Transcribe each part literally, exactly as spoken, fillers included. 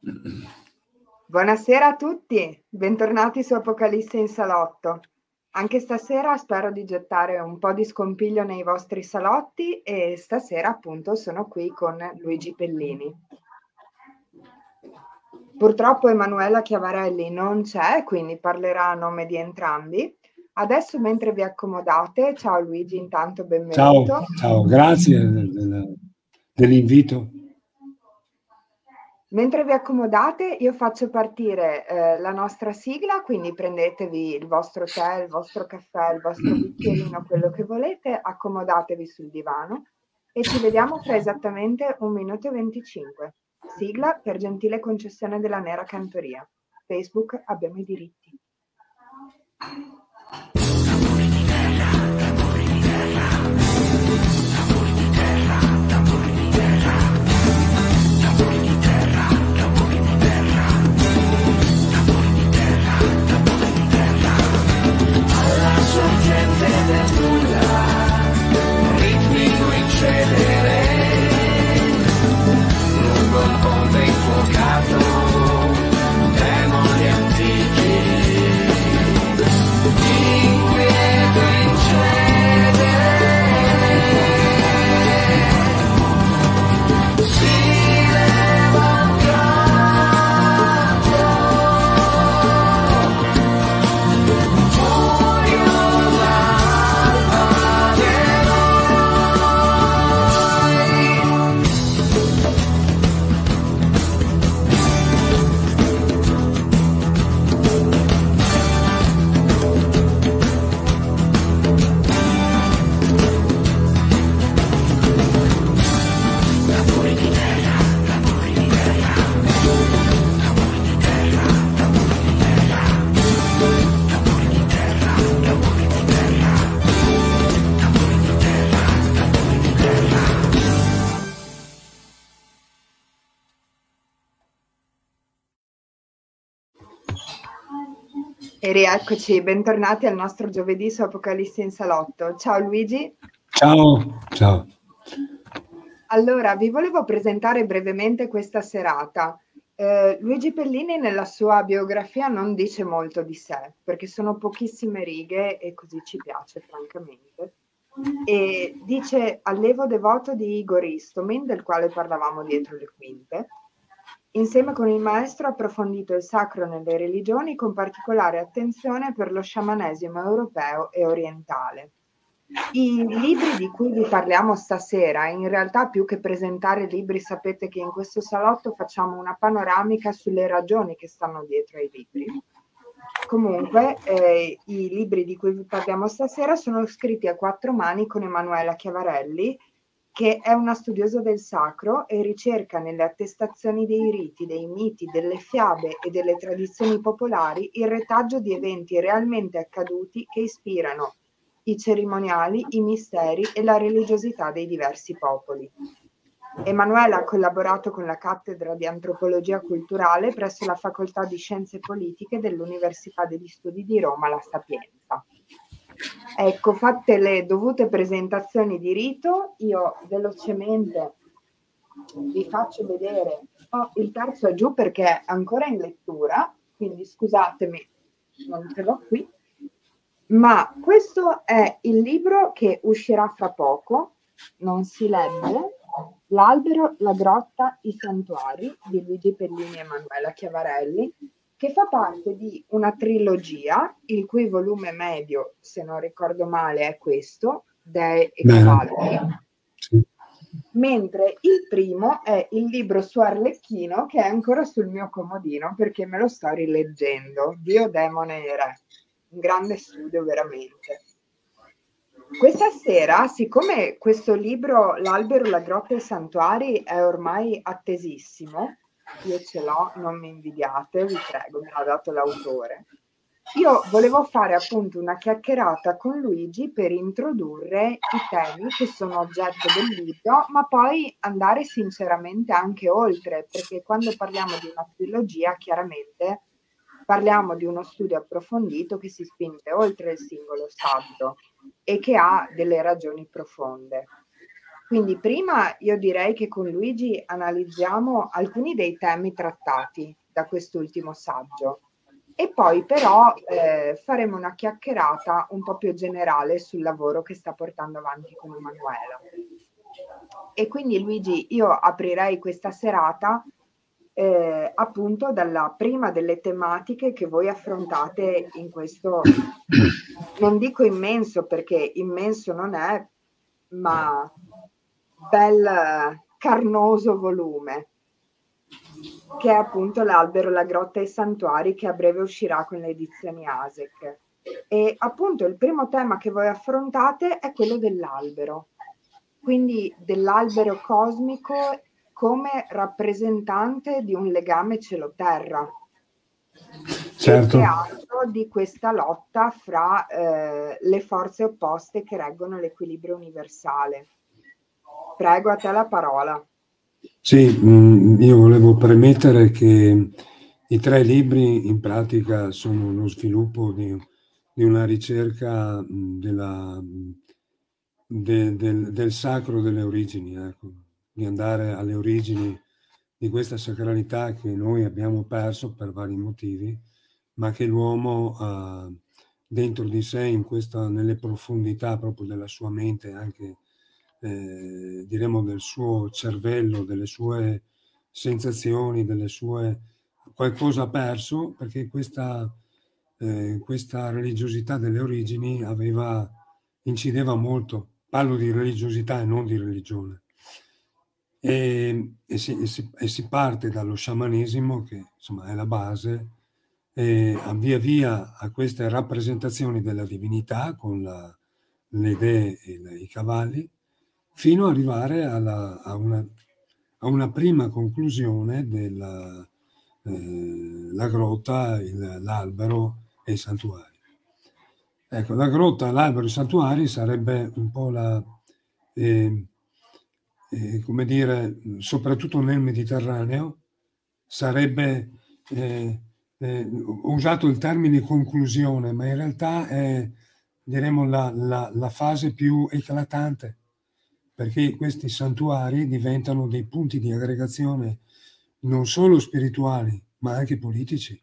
Buonasera a tutti, bentornati su Apocalisse in salotto. Anche stasera spero di gettare un po' di scompiglio nei vostri salotti e stasera appunto sono qui con Luigi Pellini. Purtroppo Emanuela Chiavarelli non c'è, quindi parlerà a nome di entrambi. Adesso mentre vi accomodate, ciao Luigi, intanto benvenuto. Ciao, ciao, grazie del, dell'invito. Mentre vi accomodate, io faccio partire eh, la nostra sigla, quindi prendetevi il vostro tè, il vostro caffè, il vostro bicchierino, quello che volete, accomodatevi sul divano e ci vediamo fra esattamente un minuto e venticinque. Sigla per gentile concessione della Nera Cantoria. Facebook, abbiamo i diritti. Sorgente del nulla, ritmico incedere, lungo il ponte infuocato, demoni antichi, inquieto incedere, si leva un E rieccoci, bentornati al nostro giovedì su Apocalisse in salotto. Ciao Luigi. Ciao, ciao. Allora, vi volevo presentare brevemente questa serata. Eh, Luigi Pellini nella sua biografia non dice molto di sé, perché sono pochissime righe e così ci piace, francamente. E dice allievo devoto di Igor Istomin, del quale parlavamo dietro le quinte. Insieme con il maestro ha approfondito il sacro nelle religioni con particolare attenzione per lo sciamanesimo europeo e orientale. I libri di cui vi parliamo stasera, in realtà più che presentare libri, sapete che in questo salotto facciamo una panoramica sulle ragioni che stanno dietro ai libri. Comunque, eh, i libri di cui vi parliamo stasera sono scritti a quattro mani con Emanuela Chiavarelli, che è una studiosa del sacro e ricerca nelle attestazioni dei riti, dei miti, delle fiabe e delle tradizioni popolari il retaggio di eventi realmente accaduti che ispirano i cerimoniali, i misteri e la religiosità dei diversi popoli. Emanuela ha collaborato con la cattedra di antropologia culturale presso la Facoltà di Scienze Politiche dell'Università degli Studi di Roma La Sapienza. Ecco, fatte le dovute presentazioni di rito, io velocemente vi faccio vedere. Oh, il terzo è giù perché è ancora in lettura, quindi scusatemi, non ce l'ho qui. Ma questo è il libro che uscirà fra poco, non si legge, L'albero, la grotta, i santuari di Luigi Pellini e Emanuela Chiavarelli, che fa parte di una trilogia, il cui volume medio, se non ricordo male, è questo, Dei e Cavalli, Sì. mentre il primo è il libro su Arlecchino, che è ancora sul mio comodino perché me lo sto rileggendo, Dio, Demone e Re. Un grande studio veramente. Questa sera, siccome questo libro, L'albero, la grotta e i santuari, è ormai attesissimo, io ce l'ho, non mi invidiate, vi prego, me l'ha dato l'autore. Io volevo fare appunto una chiacchierata con Luigi per introdurre i temi che sono oggetto del libro, ma poi andare sinceramente anche oltre, perché quando parliamo di una trilogia, chiaramente parliamo di uno studio approfondito che si spinge oltre il singolo saggio e che ha delle ragioni profonde. Quindi prima io direi che con Luigi analizziamo alcuni dei temi trattati da quest'ultimo saggio e poi però eh, faremo una chiacchierata un po' più generale sul lavoro che sta portando avanti con Emanuela. E quindi Luigi, io aprirei questa serata eh, appunto dalla prima delle tematiche che voi affrontate in questo, non dico immenso perché immenso non è, ma bel carnoso volume, che è appunto l'albero, la grotta e i santuari, che a breve uscirà con le edizioni ASEC. E appunto il primo tema che voi affrontate è quello dell'albero, quindi dell'albero cosmico come rappresentante di un legame cielo-terra. Certo. E che altro di questa lotta fra eh, le forze opposte che reggono l'equilibrio universale. Prego, a te la parola. Sì, mh, io volevo premettere che i tre libri in pratica sono lo sviluppo di, di una ricerca mh, della, de- del, del sacro delle origini, ecco, di andare alle origini di questa sacralità che noi abbiamo perso per vari motivi, ma che l'uomo ha dentro di sé, in questa, nelle profondità proprio della sua mente, anche eh, diremo del suo cervello, delle sue sensazioni, delle sue qualcosa ha perso, perché questa, eh, questa religiosità delle origini aveva, incideva molto. Parlo di religiosità e non di religione. E, e, si, e, si, e si parte dallo sciamanesimo, che insomma è la base, e via via a queste rappresentazioni della divinità con la, le dee e le, i cavalli, fino ad arrivare alla, a, una, a una prima conclusione della eh, la grotta, il, l'albero e i santuari. Ecco, la grotta, l'albero e i santuari sarebbe un po' la, eh, eh, come dire, soprattutto nel Mediterraneo, sarebbe, eh, eh, ho usato il termine conclusione, ma in realtà è, diremo, la, la, la fase più eclatante, perché questi santuari diventano dei punti di aggregazione non solo spirituali, ma anche politici.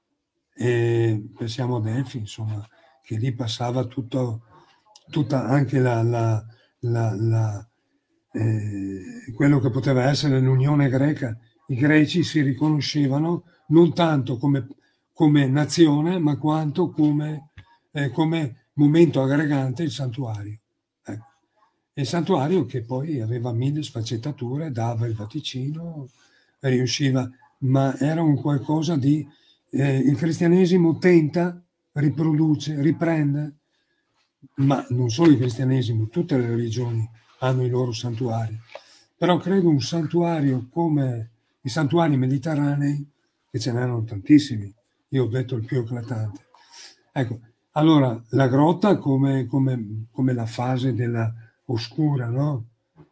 E pensiamo a Delfi, insomma, che lì passava tutto, tutta anche la, la, la, la eh, quello che poteva essere l'Unione Greca. I greci si riconoscevano non tanto come, come nazione, ma quanto come, eh, come momento aggregante il santuario. Ecco. Il santuario che poi aveva mille sfaccettature, dava il vaticino, riusciva, ma era un qualcosa di... Eh, il cristianesimo tenta, riproduce, riprende, ma non solo il cristianesimo, tutte le religioni hanno i loro santuari. Però credo un santuario come i santuari mediterranei, che ce n'erano tantissimi, io ho detto il più eclatante. Ecco, allora la grotta come, come, come la fase della oscura, no?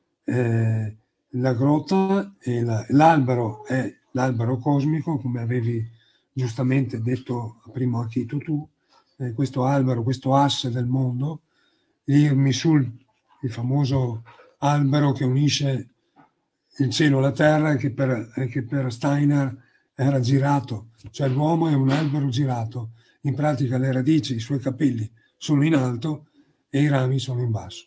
Eh, la grotta e la, l'albero è l'albero cosmico, come avevi giustamente detto prima Akito tu, eh, questo albero, questo asse del mondo, l'Irmisul, il famoso albero che unisce il cielo e la terra, e che per, e che per Steiner era girato, cioè l'uomo è un albero girato, in pratica le radici, i suoi capelli sono in alto e i rami sono in basso.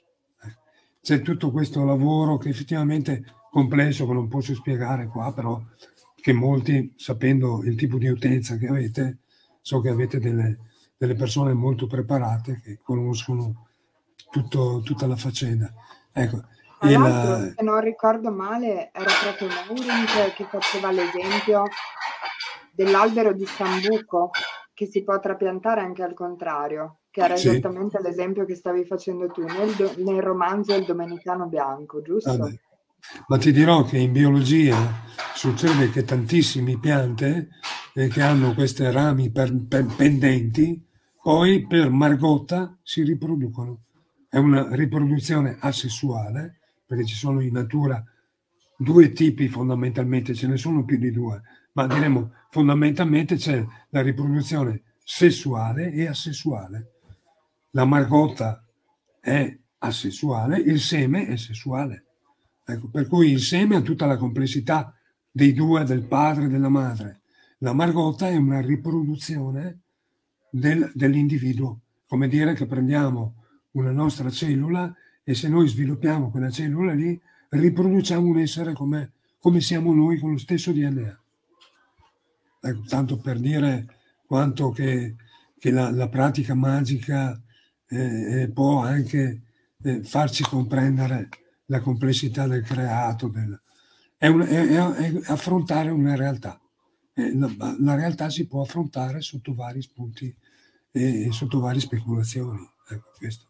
C'è tutto questo lavoro che effettivamente è complesso, che non posso spiegare qua, però che molti, sapendo il tipo di utenza che avete, so che avete delle, delle persone molto preparate che conoscono tutto, tutta la faccenda. Ecco, Tra il, l'altro, se non ricordo male, era proprio Mauring che faceva l'esempio dell'albero di Sambuco, che si può trapiantare anche al contrario, che era sì. esattamente l'esempio che stavi facendo tu nel, do- nel romanzo Il Domenicano Bianco, giusto? Vabbè. Ma ti dirò che in biologia succede che tantissime piante eh, che hanno questi rami per, per pendenti, poi per margotta si riproducono. È una riproduzione asessuale, perché ci sono in natura due tipi fondamentalmente, ce ne sono più di due, ma diremo fondamentalmente c'è la riproduzione sessuale e asessuale. La margotta è asessuale, il seme è sessuale. Ecco, per cui il seme ha tutta la complessità dei due, del padre e della madre. La margotta è una riproduzione del, dell'individuo, come dire che prendiamo una nostra cellula e se noi sviluppiamo quella cellula lì, riproduciamo un essere come, come siamo noi con lo stesso D N A. Ecco, tanto per dire quanto che, che la, la pratica magica eh, può anche eh, farci comprendere la complessità del creato, del, è, un, è, è affrontare una realtà. Eh, la, la realtà si può affrontare sotto vari spunti e sotto varie speculazioni. Ecco, questo.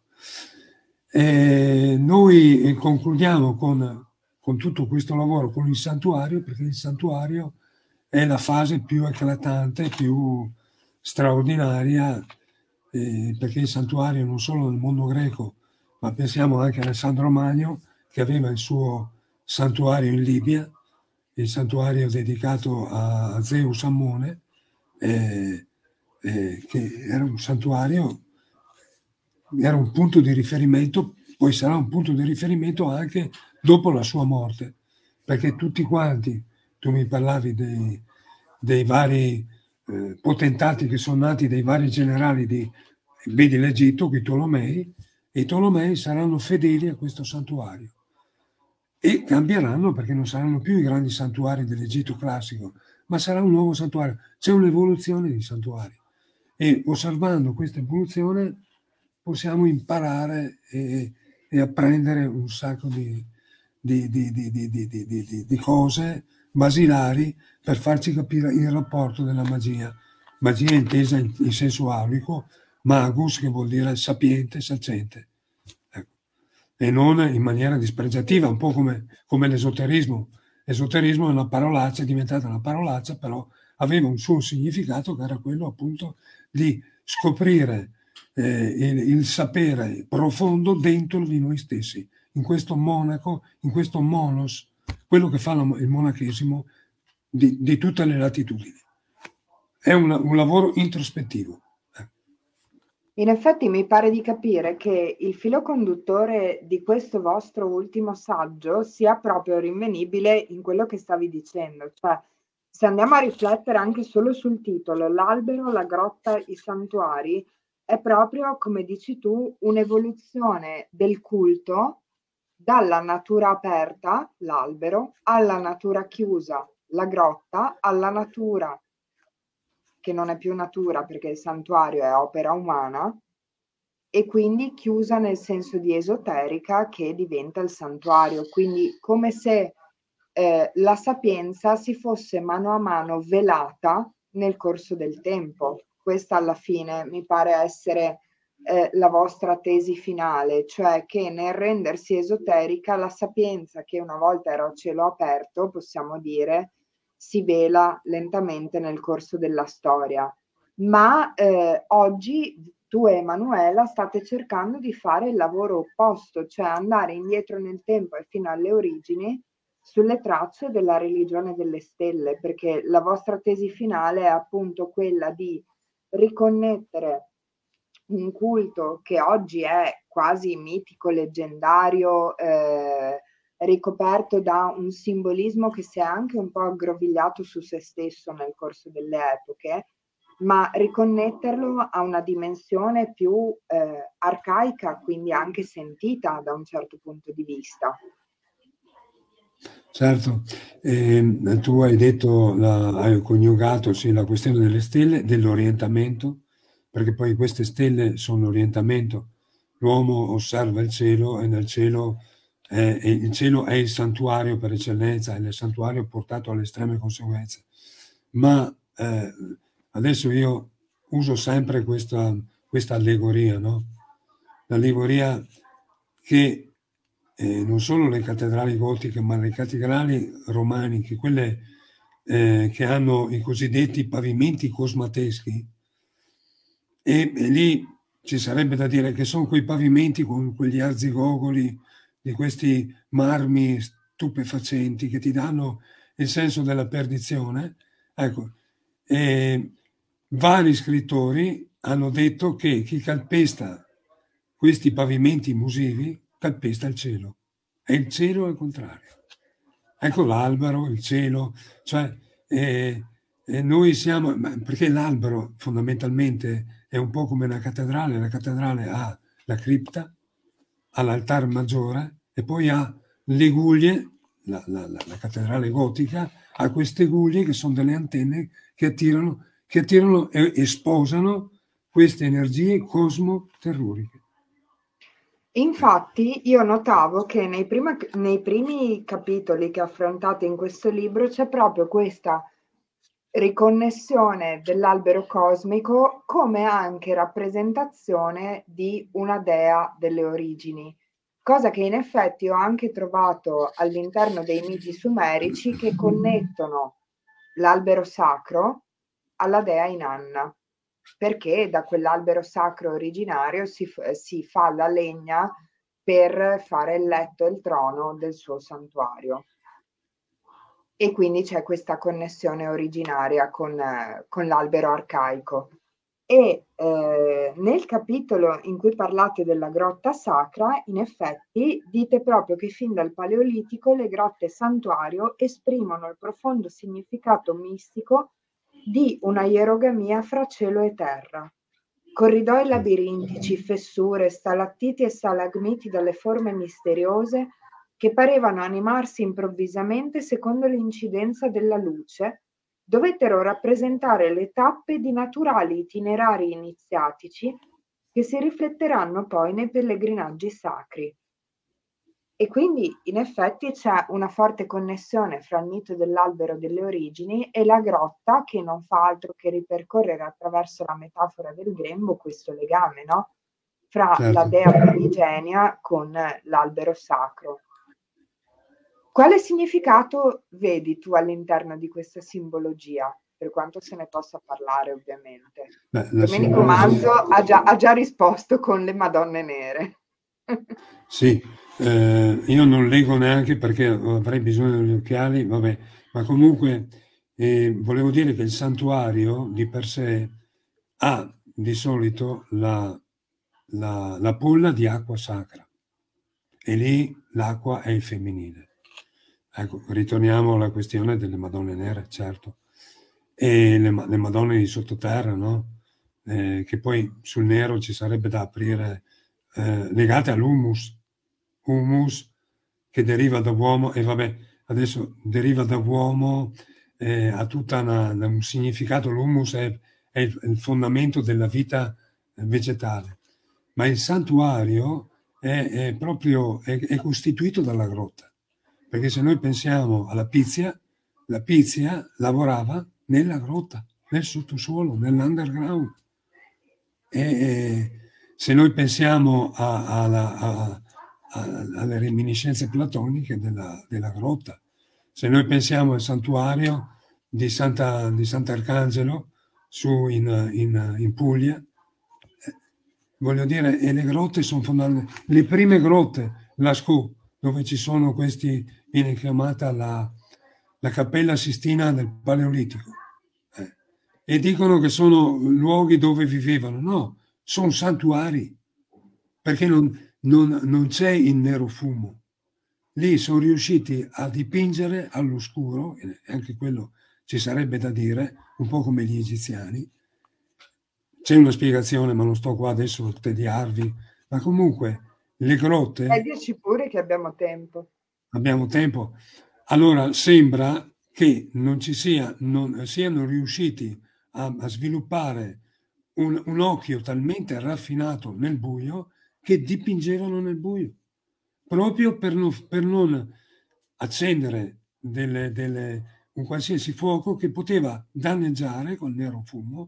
E noi concludiamo con, con tutto questo lavoro con il santuario, perché il santuario è la fase più eclatante, più straordinaria, eh, perché il santuario non solo nel mondo greco, ma pensiamo anche a Alessandro Magno, che aveva il suo santuario in Libia, il santuario dedicato a Zeus Ammone, eh, eh, che era un santuario, era un punto di riferimento, poi sarà un punto di riferimento anche dopo la sua morte, perché tutti quanti, tu mi parlavi dei, dei vari eh, potentati che sono nati, dei vari generali di, vedi l'Egitto, i Tolomei, e i Tolomei saranno fedeli a questo santuario e cambieranno perché non saranno più i grandi santuari dell'Egitto classico, ma sarà un nuovo santuario. C'è un'evoluzione di santuari e osservando questa evoluzione possiamo imparare e, e apprendere un sacco di, di, di, di, di, di, di, di, di cose basilari per farci capire il rapporto della magia. Magia intesa in, in senso aulico, magus che vuol dire sapiente, saccente, ecco. E non in maniera dispregiativa, un po' come, come l'esoterismo. Esoterismo è una parolaccia, è diventata una parolaccia, però aveva un suo significato che era quello appunto di scoprire eh, il, il sapere profondo dentro di noi stessi, in questo monaco, in questo monos, quello che fa il monachesimo di, di tutte le latitudini. È un, un lavoro introspettivo. In effetti mi pare di capire che il filo conduttore di questo vostro ultimo saggio sia proprio rinvenibile in quello che stavi dicendo, cioè se andiamo a riflettere anche solo sul titolo, l'albero, la grotta, i santuari, è proprio, come dici tu, un'evoluzione del culto dalla natura aperta, l'albero, alla natura chiusa, la grotta, alla natura che non è più natura perché il santuario è opera umana, e quindi chiusa nel senso di esoterica che diventa il santuario. Quindi come se eh, la sapienza si fosse mano a mano velata nel corso del tempo. Questa alla fine mi pare essere eh, la vostra tesi finale, cioè che nel rendersi esoterica la sapienza che una volta era a cielo aperto, possiamo dire, si vela lentamente nel corso della storia. Ma eh, oggi tu e Emanuela state cercando di fare il lavoro opposto, cioè andare indietro nel tempo e fino alle origini sulle tracce della religione delle stelle, perché la vostra tesi finale è appunto quella di riconnettere un culto che oggi è quasi mitico, leggendario, eh, ricoperto da un simbolismo che si è anche un po' aggrovigliato su se stesso nel corso delle epoche, ma riconnetterlo a una dimensione più eh, arcaica, quindi anche sentita da un certo punto di vista. Certo, eh, tu hai detto, la, hai coniugato sì, la questione delle stelle, dell'orientamento, perché poi queste stelle sono orientamento. L'uomo osserva il cielo e nel cielo, eh, e il cielo è il santuario per eccellenza, è il santuario portato alle estreme conseguenze. Ma eh, adesso io uso sempre questa, questa allegoria, no? L'allegoria che eh, non solo le cattedrali gotiche, ma le cattedrali romaniche, quelle eh, che hanno i cosiddetti pavimenti cosmateschi, e, e lì ci sarebbe da dire che sono quei pavimenti con quegli arzigogoli di questi marmi stupefacenti che ti danno il senso della perdizione. Ecco, e vari scrittori hanno detto che chi calpesta questi pavimenti musivi calpesta il cielo. e il cielo è il contrario. Ecco l'albero, il cielo, cioè eh, eh, noi siamo, perché l'albero fondamentalmente è un po' come una cattedrale, la cattedrale ha la cripta, ha l'altar maggiore e poi ha le guglie, la, la, la, la cattedrale gotica ha queste guglie che sono delle antenne che attirano, che attirano e, e sposano queste energie cosmo-telluriche. Infatti io notavo che nei, prima- nei primi capitoli che affrontate in questo libro c'è proprio questa riconnessione dell'albero cosmico come anche rappresentazione di una dea delle origini, cosa che in effetti ho anche trovato all'interno dei miti sumerici che connettono l'albero sacro alla dea Inanna, perché da quell'albero sacro originario si, si fa la legna per fare il letto e il trono del suo santuario. E quindi c'è questa connessione originaria con, eh, con l'albero arcaico. E eh, nel capitolo in cui parlate della grotta sacra, in effetti dite proprio che fin dal Paleolitico le grotte santuario esprimono il profondo significato mistico di una ierogamia fra cielo e terra. Corridoi labirintici, fessure, stalattiti e stalagmiti dalle forme misteriose che parevano animarsi improvvisamente secondo l'incidenza della luce, dovettero rappresentare le tappe di naturali itinerari iniziatici che si rifletteranno poi nei pellegrinaggi sacri. E quindi in effetti c'è una forte connessione fra il mito dell'albero delle origini e la grotta che non fa altro che ripercorrere attraverso la metafora del grembo questo legame, no? Fra Certo. la dea primigenia con l'albero sacro. Quale significato vedi tu all'interno di questa simbologia? Per quanto se ne possa parlare, ovviamente. Beh, la Domenico simbologia- Manzo ha già, ha già risposto con le Madonne Nere. Sì, eh, io non leggo neanche perché avrei bisogno degli occhiali, vabbè, ma comunque eh, volevo dire che il santuario di per sé ha di solito la, la, la polla di acqua sacra e lì l'acqua è il femminile. Ecco, ritorniamo alla questione delle Madonne Nere, certo, e le, le Madonne di sottoterra, no? Eh, che poi sul nero ci sarebbe da aprire, eh, legate all'humus, humus che deriva da uomo, e vabbè, adesso deriva da uomo, eh, ha tutta una, un significato, l'humus è, è il, il fondamento della vita vegetale, ma il santuario è, è proprio è, è costituito dalla grotta. Perché se noi pensiamo alla Pizia, la Pizia lavorava nella grotta, nel sottosuolo, nell'underground. E, e se noi pensiamo a, alla, a, a, alle reminiscenze platoniche della, della grotta, se noi pensiamo al santuario di, Santa, di Sant'Arcangelo su in, in, in Puglia, eh, voglio dire, e le grotte sono fondamentali. Le prime grotte, Lascaux, dove ci sono questi, viene chiamata la, la Cappella Sistina del Paleolitico, eh. E dicono che sono luoghi dove vivevano. No, sono santuari, perché non, non, non c'è il nero fumo. Lì sono riusciti a dipingere all'oscuro, e anche quello ci sarebbe da dire, un po' come gli egiziani. C'è una spiegazione, ma non sto qua adesso a tediarvi, ma comunque le grotte... E dici pure che abbiamo tempo. Abbiamo tempo. Allora sembra che non ci sia, non siano riusciti a, a sviluppare un, un occhio talmente raffinato nel buio che dipingevano nel buio, proprio per non, per non accendere delle, delle, un qualsiasi fuoco che poteva danneggiare col nero fumo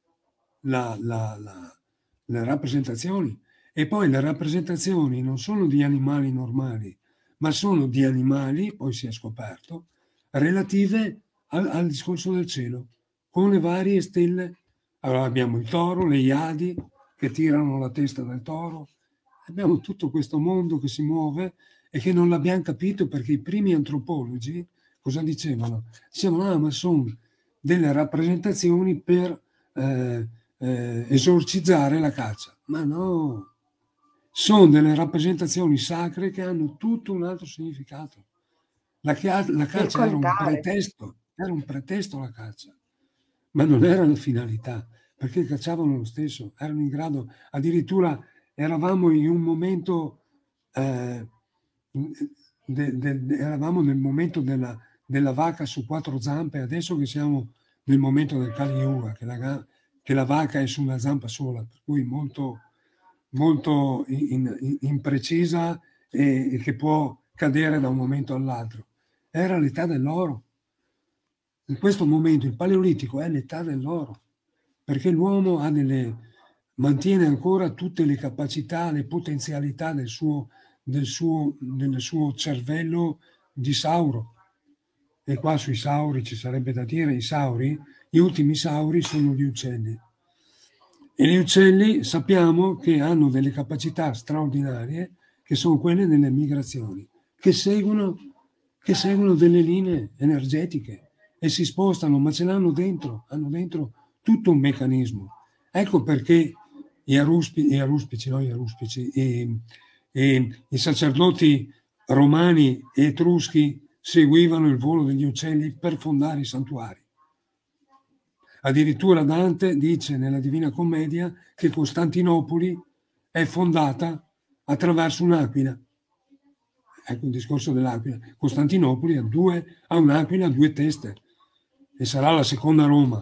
la, la, la, le rappresentazioni. E poi le rappresentazioni non sono di animali normali, ma sono di animali, poi si è scoperto, relative al, al discorso del cielo, con le varie stelle. Allora abbiamo il toro, le Iadi che tirano la testa del toro, abbiamo tutto questo mondo che si muove e che non l'abbiamo capito perché i primi antropologi cosa dicevano? Dicevano, ah, ma sono delle rappresentazioni per eh, eh, esorcizzare la caccia. Ma no! sono delle rappresentazioni sacre che hanno tutto un altro significato. La, chia- la Per caccia era un contare. pretesto, era un pretesto la caccia, ma non era la finalità, perché cacciavano lo stesso, erano in grado, addirittura eravamo in un momento, eh, de- de- de- eravamo nel momento della, della vacca su quattro zampe, adesso che siamo nel momento del Kali Yuga, che la, ga- che la vacca è su una zampa sola, per cui molto, molto in- in- imprecisa e, e che può cadere da un momento all'altro. Era l'età dell'oro. In questo momento il Paleolitico è l'età dell'oro, perché l'uomo ha delle, mantiene ancora tutte le capacità, le potenzialità del suo, del suo, del suo cervello di Sauro. E qua sui Sauri ci sarebbe da dire, i Sauri, gli ultimi Sauri sono gli uccelli. E gli uccelli sappiamo che hanno delle capacità straordinarie, che sono quelle delle migrazioni, che seguono, che seguono delle linee energetiche e si spostano, ma ce l'hanno dentro, hanno dentro tutto un meccanismo. Ecco perché gli aruspici, gli aruspici, no, gli aruspici i, i, i sacerdoti romani e etruschi seguivano il volo degli uccelli per fondare i santuari. Addirittura Dante dice nella Divina Commedia che Costantinopoli è fondata attraverso un'aquila. Ecco il discorso dell'aquila. Costantinopoli ha, due, ha un'aquila a due teste e sarà la seconda Roma.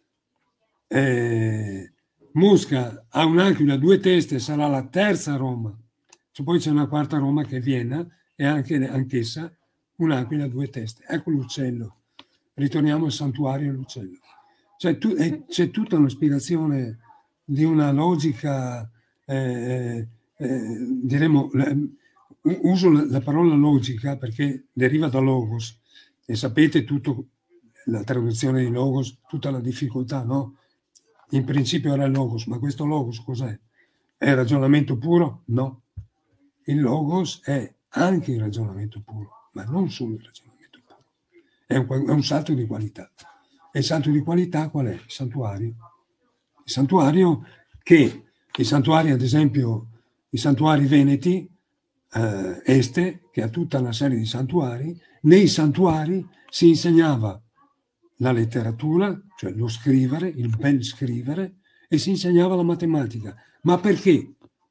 Eh, Mosca ha un'aquila a due teste, sarà la terza Roma. Cioè, poi c'è una quarta Roma che è Vienna e anche, anch'essa un'aquila a due teste. Ecco l'uccello. Ritorniamo al santuario dell'uccello. Cioè, tu, eh, c'è tutta una spiegazione di una logica, eh, eh, diremo, eh, uso la, la parola logica perché deriva da logos e sapete tutto, la traduzione di logos, tutta la difficoltà, no? In principio era il logos, ma questo logos cos'è? È ragionamento puro? No. Il logos è anche il ragionamento puro, ma non solo il ragionamento puro. È un, è un salto di qualità. E il salto di qualità qual è? Il santuario. Il santuario che, i santuari ad esempio, i santuari veneti, eh, Este, che ha tutta una serie di santuari, nei santuari si insegnava la letteratura, cioè lo scrivere, il bel scrivere, e si insegnava la matematica. Ma perché?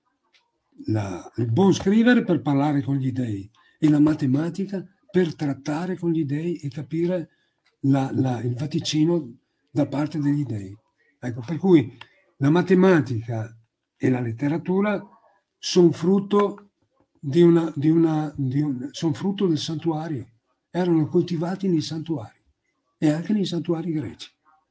La, il buon scrivere per parlare con gli dei e la matematica per trattare con gli dei e capire la, la, il vaticino da parte degli dei. Ecco, per cui la matematica e la letteratura sono frutto di una, di una, di un, sono frutto del santuario, erano coltivati nei santuari e anche nei santuari greci.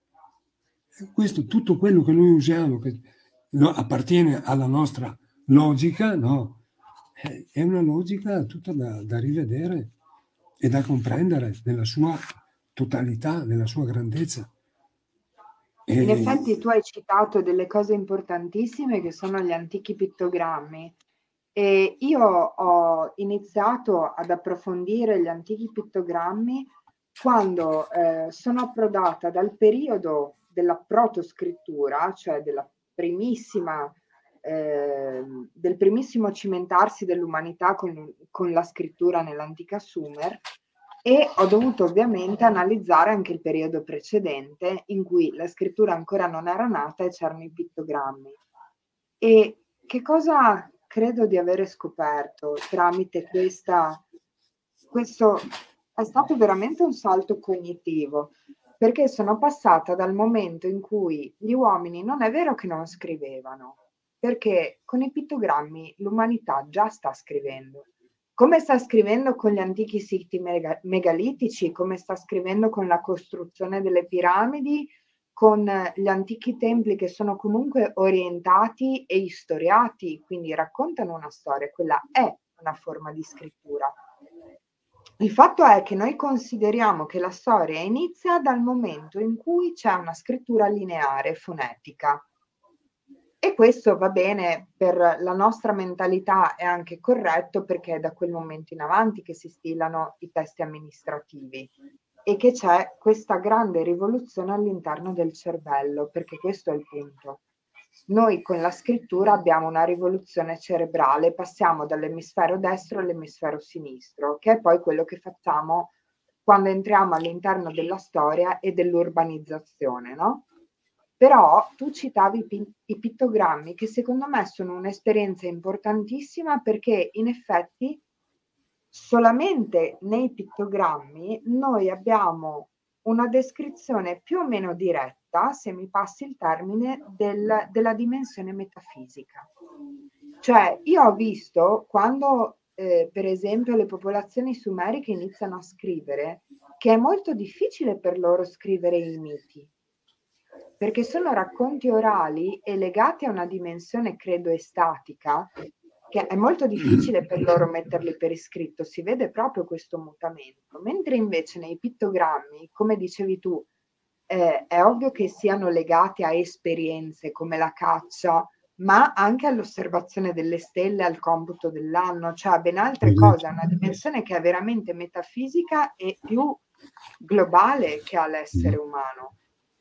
Questo, tutto quello che noi usiamo, che appartiene alla nostra logica, no, è una logica tutta da, da rivedere e da comprendere nella sua totalità, nella sua grandezza. E... In effetti tu hai citato delle cose importantissime che sono gli antichi pittogrammi e io ho iniziato ad approfondire gli antichi pittogrammi quando eh, sono approdata dal periodo della protoscrittura, cioè della primissima, eh, del primissimo cimentarsi dell'umanità con, con la scrittura nell'antica Sumer, e ho dovuto ovviamente analizzare anche il periodo precedente in cui la scrittura ancora non era nata e c'erano i pittogrammi. E che cosa credo di avere scoperto tramite questa, questo è stato veramente un salto cognitivo, perché sono passata dal momento in cui gli uomini non è vero che non scrivevano, perché con i pittogrammi l'umanità già sta scrivendo. Come sta scrivendo con gli antichi siti mega- megalitici, come sta scrivendo con la costruzione delle piramidi, con gli antichi templi che sono comunque orientati e istoriati, quindi raccontano una storia, quella è una forma di scrittura. Il fatto è che noi consideriamo che la storia inizia dal momento in cui c'è una scrittura lineare, fonetica. E questo va bene per la nostra mentalità, è anche corretto perché è da quel momento in avanti che si stilano i testi amministrativi e che c'è questa grande rivoluzione all'interno del cervello, perché questo è il punto. Noi con la scrittura abbiamo una rivoluzione cerebrale, passiamo dall'emisfero destro all'emisfero sinistro, che è poi quello che facciamo quando entriamo all'interno della storia e dell'urbanizzazione, no? Però tu citavi i, pi- i pittogrammi, che secondo me sono un'esperienza importantissima, perché in effetti solamente nei pittogrammi noi abbiamo una descrizione più o meno diretta, se mi passi il termine, del- della dimensione metafisica. Cioè, io ho visto quando, eh, per esempio, le popolazioni sumeriche iniziano a scrivere, che è molto difficile per loro scrivere i miti, perché sono racconti orali e legati a una dimensione, credo, estatica, che è molto difficile per loro metterli per iscritto, si vede proprio questo mutamento. Mentre invece nei pittogrammi, come dicevi tu, eh, è ovvio che siano legati a esperienze come la caccia, ma anche all'osservazione delle stelle, al computo dell'anno, cioè a ben altre cose, è una dimensione che è veramente metafisica e più globale che ha l'essere umano.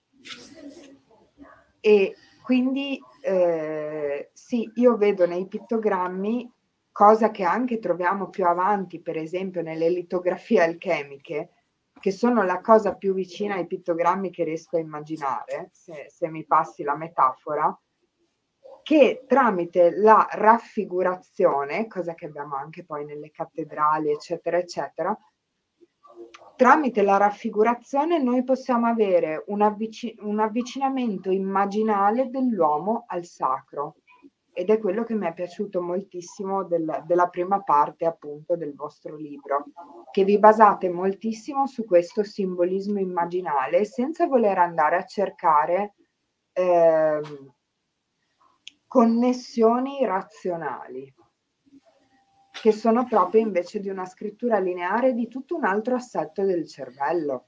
E quindi eh, sì, io vedo nei pittogrammi, cosa che anche troviamo più avanti, per esempio nelle litografie alchemiche, che sono la cosa più vicina ai pittogrammi che riesco a immaginare, se, se mi passi la metafora, che tramite la raffigurazione, cosa che abbiamo anche poi nelle cattedrali, eccetera, eccetera, tramite la raffigurazione noi possiamo avere un, avvic- un avvicinamento immaginale dell'uomo al sacro. Ed è quello che mi è piaciuto moltissimo del- della prima parte, appunto, del vostro libro, che vi basate moltissimo su questo simbolismo immaginale, senza voler andare a cercare ehm, connessioni razionali, che sono proprio invece di una scrittura lineare di tutto un altro assetto del cervello.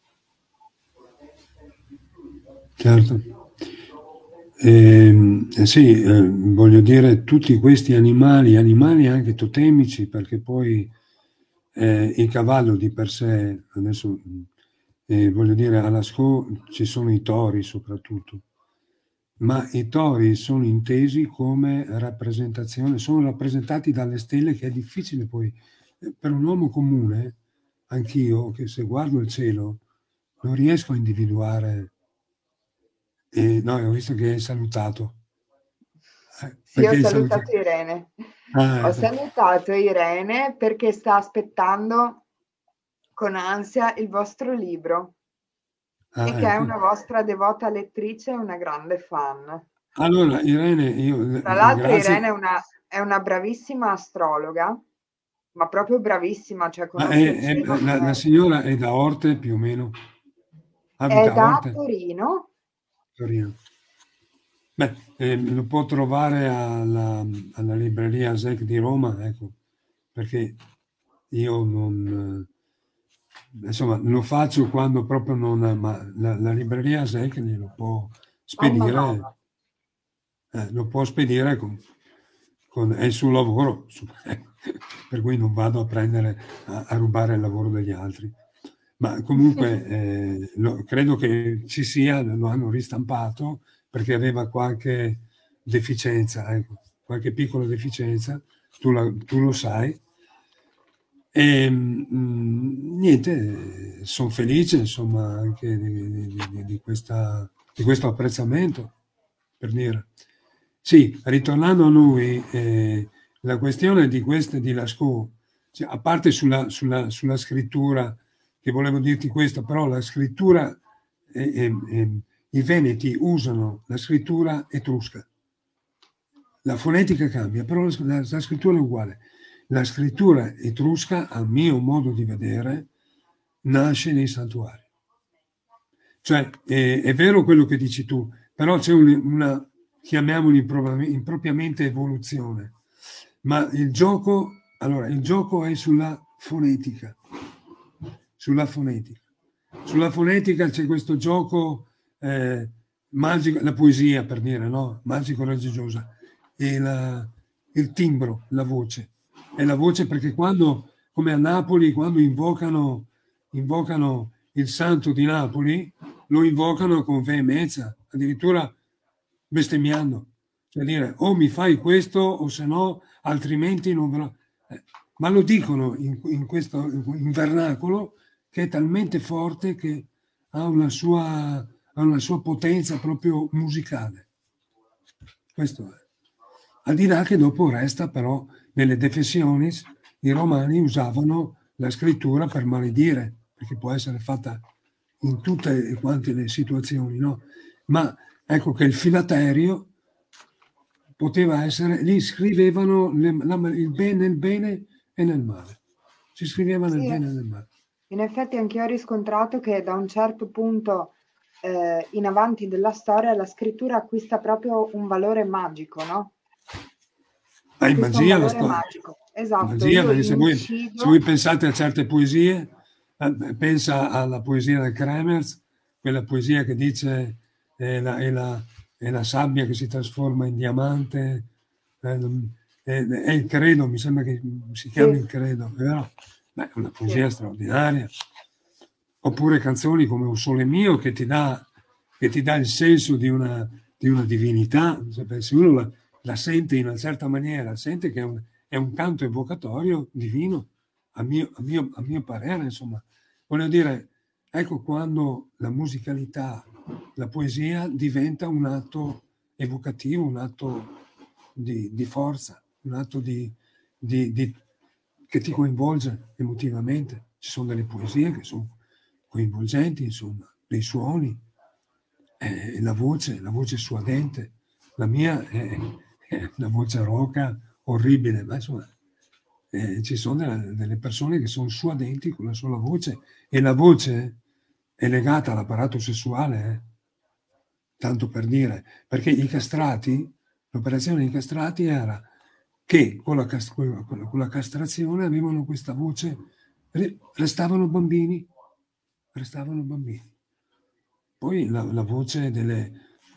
Certo. Ehm, eh, sì, eh, voglio dire, tutti questi animali, animali anche totemici, perché poi eh, il cavallo di per sé, adesso eh, voglio dire, a Lascaux ci sono i tori soprattutto, ma i tori sono intesi come rappresentazione, sono rappresentati dalle stelle, che è difficile poi, eh, per un uomo comune, anch'io, che se guardo il cielo non riesco a individuare. Eh, no, ho visto che hai salutato. Eh, Sì, ho perché hai salutato salutato? Irene. Ah, Ho ecco. salutato Irene perché sta aspettando con ansia il vostro libro e Ah, che è ecco. una vostra devota lettrice e una grande fan. Allora, Irene, io Tra eh, l'altro Irene è grazie. una, è una bravissima astrologa, ma proprio bravissima, cioè Ma è- conosce il è- cielo la, la come... signora è da Orte più o meno? È Abita a da Orte? Torino. Torino. Beh, eh, lo può trovare alla, alla libreria Zec di Roma, ecco, perché io non... eh, insomma, lo faccio quando proprio non... ma la, la libreria Zec glielo può Oh, ma no. spedire, eh, lo può spedire con, con- è il suo lavoro, su- per cui non vado a prendere, a, a rubare il lavoro degli altri. Ma comunque eh, lo- credo che ci sia, lo hanno ristampato perché aveva qualche deficienza, ecco, qualche piccola deficienza, tu, la- tu lo sai. E mh, niente, sono felice insomma anche di, di- di- di questa, di questo apprezzamento, per dire. Sì, ritornando a noi, eh, la questione di queste di Lascaux, cioè, a parte sulla, sulla- sulla scrittura, che volevo dirti questo, però la scrittura, eh, eh, eh, i veneti usano la scrittura etrusca. La fonetica cambia, però la, la- la scrittura è uguale. La scrittura etrusca, a mio modo di vedere, nasce nei santuari. Cioè, è, è vero quello che dici tu, però c'è un- una, chiamiamola impro- impropriamente evoluzione. Ma il gioco, allora, il gioco è sulla fonetica. Sulla fonetica. Sulla fonetica c'è questo gioco eh, magico, la poesia per dire, no? Magico-religiosa. E la, il timbro, la voce. È la voce perché quando, come a Napoli, quando invocano, invocano il santo di Napoli, lo invocano con veemenza, addirittura bestemmiando. cioè dire o mi fai questo o se no altrimenti non ve lo... eh, ma lo dicono in, in questo in vernacolo che è talmente forte che ha una sua, ha una sua potenza proprio musicale. Questo è. Al di là che dopo resta però nelle Defessionis i romani usavano la scrittura per maledire, perché può essere fatta in tutte e quante le situazioni, no? Ma ecco che il filaterio poteva essere, lì scrivevano le, la, il bene nel bene e nel male. Si scriveva nel Sì, bene e nel male. in effetti anch'io ho riscontrato che da un certo punto eh, in avanti della storia la scrittura acquista proprio un valore magico, no? Ma in Acquista un magia la valore storia. magico. Esatto, Magia, io perché se voi, incido. se voi pensate a certe poesie, eh, pensa alla poesia del Kremers, quella poesia che dice è la, è la, è la sabbia che si trasforma in diamante, eh, è, è il credo, mi sembra che si chiami Sì. il credo, vero? Beh, è una poesia Sì. straordinaria. Oppure canzoni come Un sole mio che ti dà, che ti dà il senso di una, di una divinità. Se uno la, la sente in una certa maniera, sente che è un, è un canto evocatorio divino, a mio, a, mio, a mio parere, insomma. Voglio dire, ecco quando la musicalità, la poesia diventa un atto evocativo, un atto di, di forza, un atto di, di, di, che ti coinvolge emotivamente. Ci sono delle poesie che sono coinvolgenti, insomma, dei suoni, eh, la voce, la voce suadente. La mia è, è una voce roca orribile, ma insomma eh, ci sono delle, delle persone che sono suadenti con la sola voce, e la voce è legata all'apparato sessuale, eh? Tanto per dire, perché i castrati, l'operazione dei castrati era che con la, cast- con la, con la castrazione avevano questa voce, restavano bambini, restavano bambini. Poi la, la voce delle,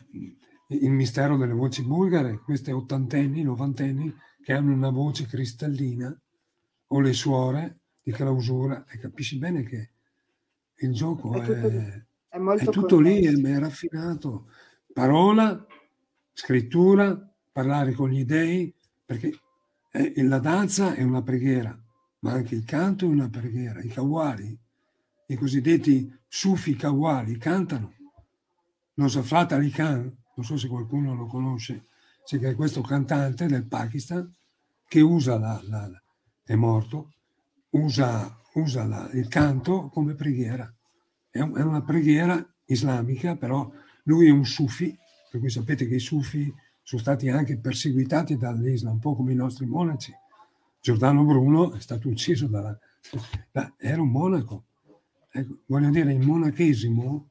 il mistero delle voci bulgare, queste ottantenni, novantenni, che hanno una voce cristallina, o le suore di clausura, e capisci bene che il gioco È tutto, è, è molto è tutto lì, è, connesso. è raffinato. Parola, scrittura, parlare con gli dei, perché è, la danza è una preghiera, ma anche il canto è una preghiera. I kawali, i cosiddetti sufi kawali, cantano. Nosafrat Ali Khan, non so se qualcuno lo conosce, c'è che è questo cantante del Pakistan che usa la, la, è morto, usa, usa la, il canto come preghiera. È, un, è una preghiera islamica, però lui è un sufi, per cui sapete che i sufi sono stati anche perseguitati dall'Islam, un po' come i nostri monaci. Giordano Bruno è stato ucciso dalla, da, era un monaco. Ecco, voglio dire, il monachesimo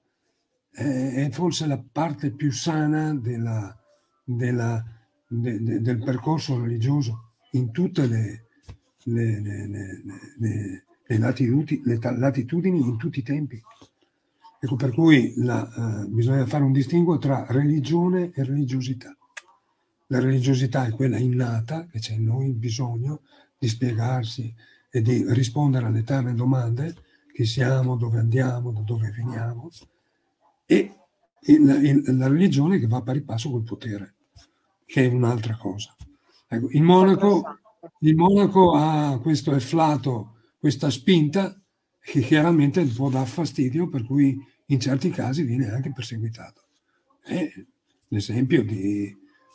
è, è forse la parte più sana della, della, de, de, del percorso religioso in tutte le, le, le, le, le, le, latitudini, le latitudini, in tutti i tempi. Ecco per cui la, uh, bisogna fare un distinguo tra religione e religiosità. La religiosità è quella innata, che c'è in noi il bisogno di spiegarsi e di rispondere alle eterne domande: chi siamo, dove andiamo, da dove veniamo, e il, il, la religione che va a pari passo col potere, che è un'altra cosa. Ecco, il monaco, il monaco ha questo efflato, questa spinta che chiaramente può dar fastidio, per cui in certi casi viene anche perseguitato. È l'esempio di,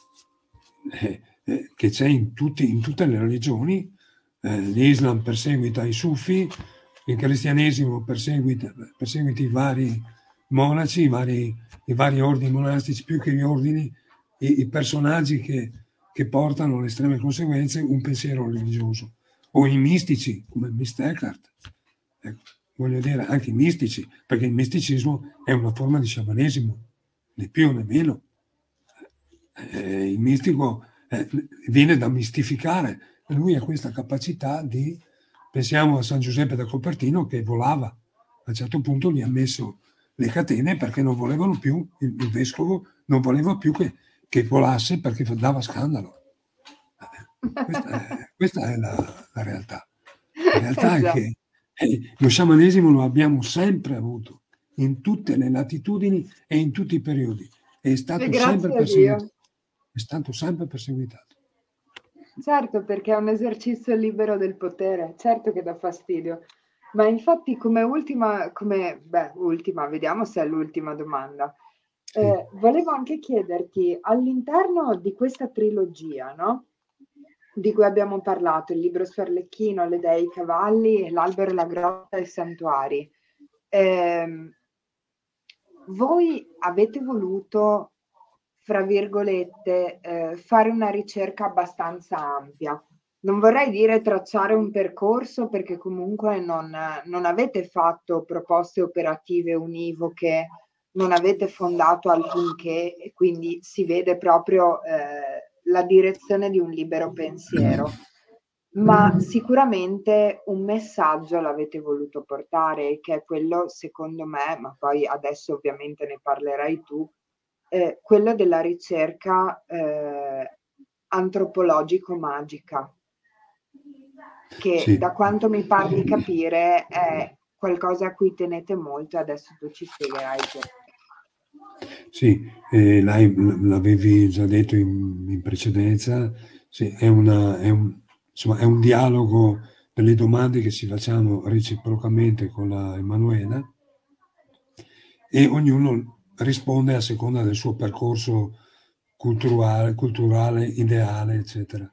eh, eh, che c'è in, tutti, in tutte le religioni. Eh, l'Islam perseguita i sufi, il cristianesimo perseguita, perseguita i vari monaci, i vari, i vari ordini monastici, più che gli ordini, i, i personaggi che, che portano alle estreme conseguenze un pensiero religioso, o i mistici come Mister Eckhart. Ecco, voglio dire, anche i mistici, perché il misticismo è una forma di sciamanesimo, né più né meno. Eh, il mistico eh, viene da mistificare, lui ha questa capacità di, pensiamo a San Giuseppe da Copertino che volava, a un certo punto gli ha messo le catene perché non volevano più, il, il vescovo non voleva più che, che volasse perché dava scandalo. Eh, questa è, questa è la, la realtà. La realtà esatto. È che eh, lo sciamanesimo lo abbiamo sempre avuto, in tutte le latitudini e in tutti i periodi. È stato sempre perseguitato. è stato sempre perseguitato. Certo, perché è un esercizio libero del potere, certo che dà fastidio. Ma infatti come ultima, come, beh, ultima, vediamo se è l'ultima domanda. Sì. Eh, volevo anche chiederti, all'interno di questa trilogia, no? Di cui abbiamo parlato, il libro su Arlecchino, le dee, i cavalli, l'albero, la grotta e i santuari, ehm, voi avete voluto, fra virgolette, eh, fare una ricerca abbastanza ampia. Non vorrei dire tracciare un percorso perché comunque non, non avete fatto proposte operative univoche, non avete fondato alcunché e quindi si vede proprio eh, la direzione di un libero pensiero. Ma sicuramente un messaggio l'avete voluto portare, che è quello, secondo me, ma poi adesso ovviamente ne parlerai tu, eh, quello della ricerca eh, antropologico-magica, che Sì. da quanto mi pare di capire è qualcosa a cui tenete molto e adesso tu ci spiegherai perché. Sì, eh, l'hai- l'avevi già detto in, in precedenza, sì, è, una, è, un, insomma, è un dialogo delle domande che ci facciamo reciprocamente con la Emanuela e ognuno risponde a seconda del suo percorso culturale, culturale ideale, eccetera.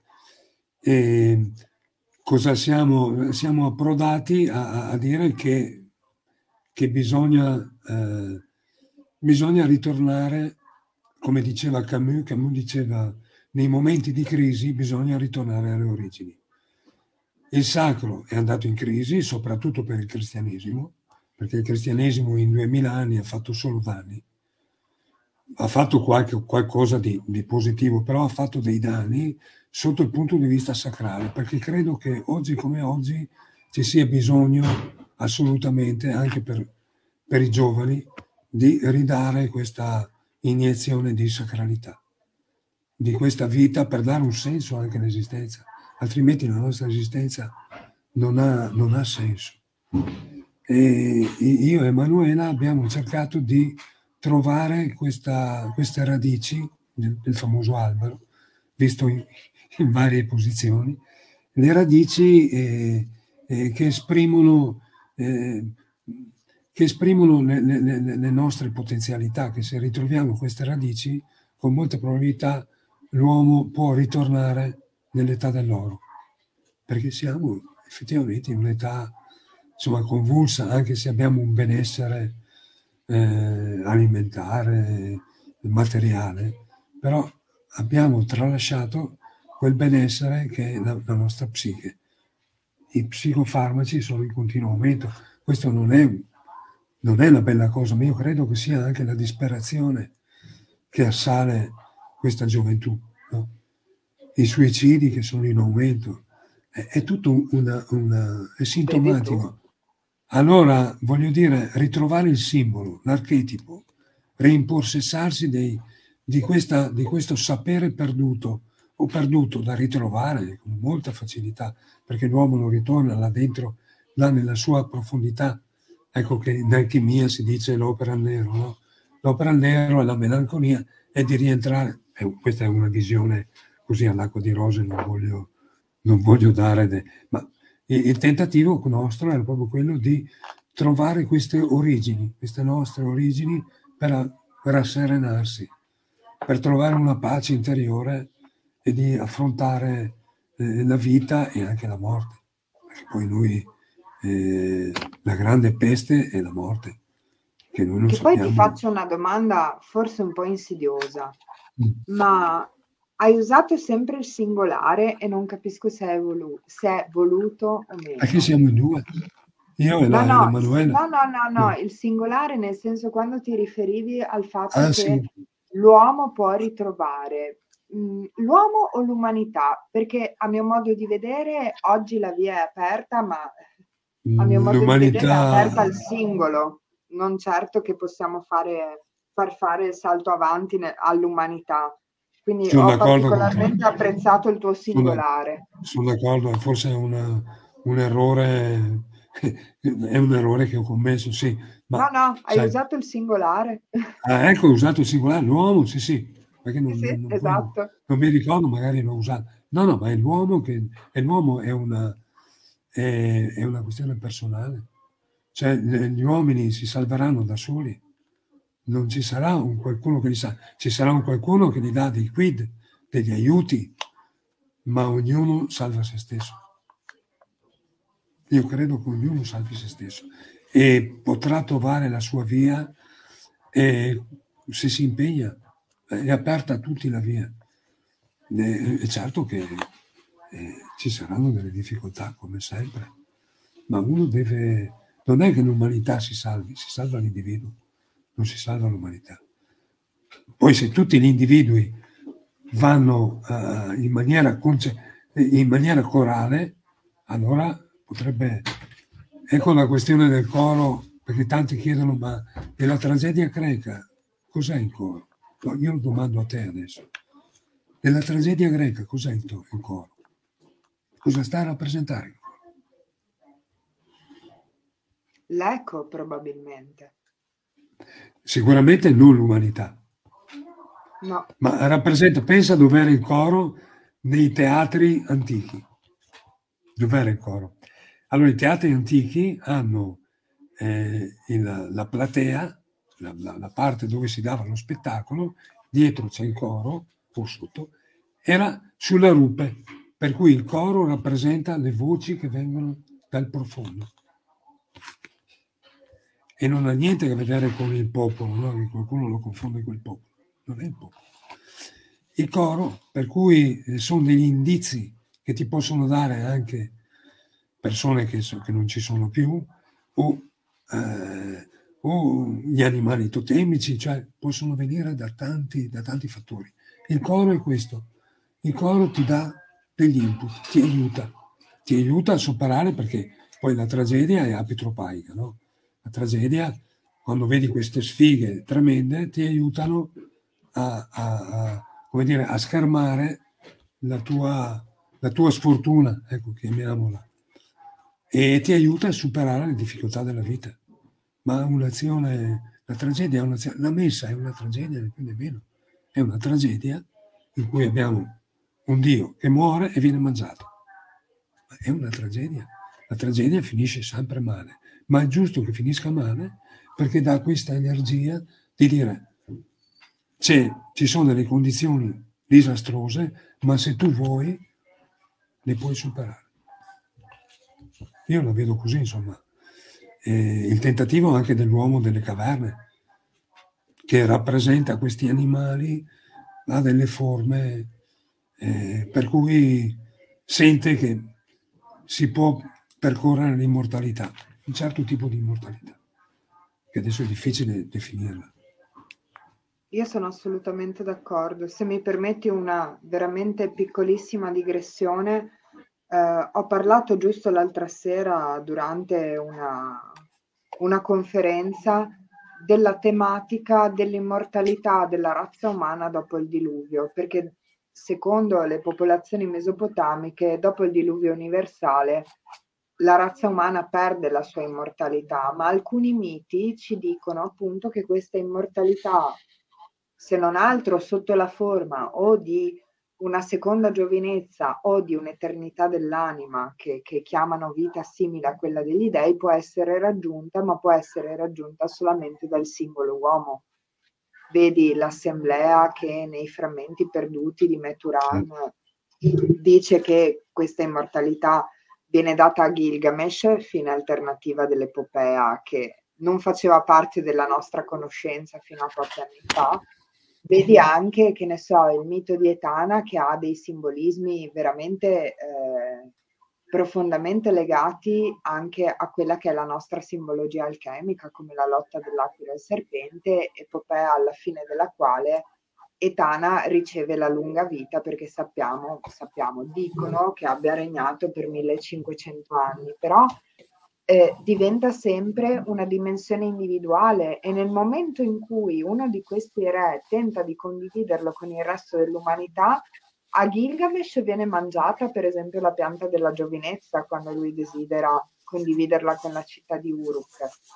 E cosa siamo, siamo approdati a, a dire che, che bisogna, eh, bisogna ritornare, come diceva Camus, Camus diceva nei momenti di crisi bisogna ritornare alle origini. Il sacro è andato in crisi, soprattutto per il cristianesimo, perché il cristianesimo in duemila anni ha fatto solo danni. Ha fatto qualche, qualcosa di, di positivo, però ha fatto dei danni sotto il punto di vista sacrale, perché credo che oggi come oggi ci sia bisogno assolutamente, anche per, per i giovani, di ridare questa iniezione di sacralità, di questa vita per dare un senso anche all'esistenza, altrimenti la nostra esistenza non ha, non ha senso. E io e Emanuela abbiamo cercato di trovare questa, queste radici del, del famoso albero, visto in, in varie posizioni, le radici eh, eh, che esprimono, eh, che esprimono le, le, le nostre potenzialità, che se ritroviamo queste radici, con molta probabilità l'uomo può ritornare nell'età dell'oro, perché siamo effettivamente in un'età insomma convulsa, anche se abbiamo un benessere eh, alimentare, materiale, però abbiamo tralasciato quel benessere che è la, la nostra psiche. I psicofarmaci sono in continuo aumento, questo non è, non è una bella cosa, ma io credo che sia anche la disperazione che assale questa gioventù, no? I suicidi che sono in aumento, è, è tutto una, una, è sintomatico. Allora, voglio dire, ritrovare il simbolo, l'archetipo, reimpossessarsi dei, di, questa, di questo sapere perduto, o perduto da ritrovare con molta facilità, perché l'uomo non ritorna là dentro, là nella sua profondità. Ecco che in alchimia si dice l'opera nero, no? L'opera nero è la melanconia, è di rientrare, eh, questa è una visione così all'acqua di rose, non voglio, non voglio dare, de, ma il tentativo nostro era proprio quello di trovare queste origini, queste nostre origini per, per rasserenarsi, per trovare una pace interiore e di affrontare eh, la vita e anche la morte. Perché poi noi, eh, la grande peste è la morte. Che, noi non che sappiamo. Poi ti faccio una domanda forse un po' insidiosa, Mm. ma hai usato sempre il singolare e non capisco se è, volu- se è voluto o meno. Perché siamo in due? Io e No, la, no, Emanuela. no, no, no, no, il singolare nel senso quando ti riferivi al fatto Ah, che sì. l'uomo può ritrovare mh, l'uomo o l'umanità, perché a mio modo di vedere oggi la via è aperta, ma a mio modo di vedere è aperta al singolo, non certo che possiamo fare, far fare il salto avanti ne- all'umanità. Quindi Sono ho d'accordo con te. particolarmente apprezzato il tuo Sono, singolare. sono d'accordo, forse è una, un errore, è un errore che ho commesso, sì, No, ma no, hai sai, usato il singolare. ah, ecco, ho usato il singolare, l'uomo, sì, sì, perché non, Sì, sì, non- non- esatto. non mi ricordo, magari l'ho usato. No, no, ma è l'uomo che è l'uomo è una, è, è una questione personale. Cioè, le- gli uomini si salveranno da soli. Non ci sarà un qualcuno che li sa, ci sarà un qualcuno che gli dà dei quid, degli aiuti, ma ognuno salva se stesso. Io credo che ognuno salvi se stesso e potrà trovare la sua via e se si impegna. È aperta a tutti la via. E- È certo che eh, ci saranno delle difficoltà, come sempre, ma uno deve... Non è che l'umanità si salvi, si salva l'individuo, non si salva l'umanità. Poi se tutti gli individui vanno eh, in maniera, conce- in maniera corale, allora potrebbe... Ecco la questione del coro, perché tanti chiedono, ma nella tragedia greca cos'è il coro? No, io lo domando a te adesso. Nella tragedia greca cos'è il, to- il coro? Cosa sta a rappresentare il coro? L'eco probabilmente. Sicuramente non l'umanità, No, ma rappresenta, pensa dov'era il coro nei teatri antichi. Dov'era il coro? Allora, i teatri antichi hanno eh, il- la platea, la, la- la parte dove si dava lo spettacolo, dietro c'è il coro, o sotto, era sulla rupe, per cui il coro rappresenta le voci che vengono dal profondo. E non ha niente a che vedere con il popolo, no? Che qualcuno lo confonde con il popolo, non è il popolo. Il coro, per cui eh, sono degli indizi che ti possono dare anche persone che, so- che non ci sono più, o, eh, o gli animali totemici, cioè possono venire da tanti, da tanti fattori. Il coro è questo, il coro ti dà degli input, ti aiuta, ti aiuta a superare perché poi la tragedia è apitropaica, no? La tragedia, quando vedi queste sfighe tremende, ti aiutano a, a, a, come dire, a schermare la tua, la tua sfortuna, ecco, chiamiamola, e ti aiuta a superare le difficoltà della vita. Ma un'azione, la tragedia è un'azione, la messa è una tragedia, né più né meno. È una tragedia in cui abbiamo un Dio che muore e viene mangiato. Ma è una tragedia. La tragedia finisce sempre male, ma è giusto che finisca male perché dà questa energia di dire c'è, ci sono delle condizioni disastrose, ma se tu vuoi le puoi superare. Io la vedo così, insomma. E il tentativo anche dell'uomo delle caverne, che rappresenta questi animali, ha delle forme eh, per cui sente che si può percorrere l'immortalità, un certo tipo di immortalità, che adesso è difficile definirla. io sono assolutamente d'accordo. Se mi permetti una veramente piccolissima digressione, eh, ho parlato giusto l'altra sera durante una, una conferenza della tematica dell'immortalità della razza umana dopo il diluvio, perché secondo le popolazioni mesopotamiche, dopo il diluvio universale, la razza umana perde la sua immortalità, ma alcuni miti ci dicono appunto che questa immortalità, se non altro sotto la forma o di una seconda giovinezza o di un'eternità dell'anima che, che chiamano vita simile a quella degli dei, può essere raggiunta, ma può essere raggiunta solamente dal singolo uomo. Vedi l'assemblea che nei frammenti perduti di Meturan dice che questa immortalità viene data a Gilgamesh, fine alternativa dell'epopea che non faceva parte della nostra conoscenza fino a pochi anni fa. Vedi anche, che ne so, il mito di Etana che ha dei simbolismi veramente eh, profondamente legati anche a quella che è la nostra simbologia alchemica, come la lotta dell'aquila e il serpente, epopea alla fine della quale Etana riceve la lunga vita perché sappiamo, sappiamo, dicono che abbia regnato per millecinquecento anni, però eh, diventa sempre una dimensione individuale e nel momento in cui uno di questi re tenta di condividerlo con il resto dell'umanità, a Gilgamesh viene mangiata per esempio la pianta della giovinezza quando lui desidera condividerla con la città di Uruk.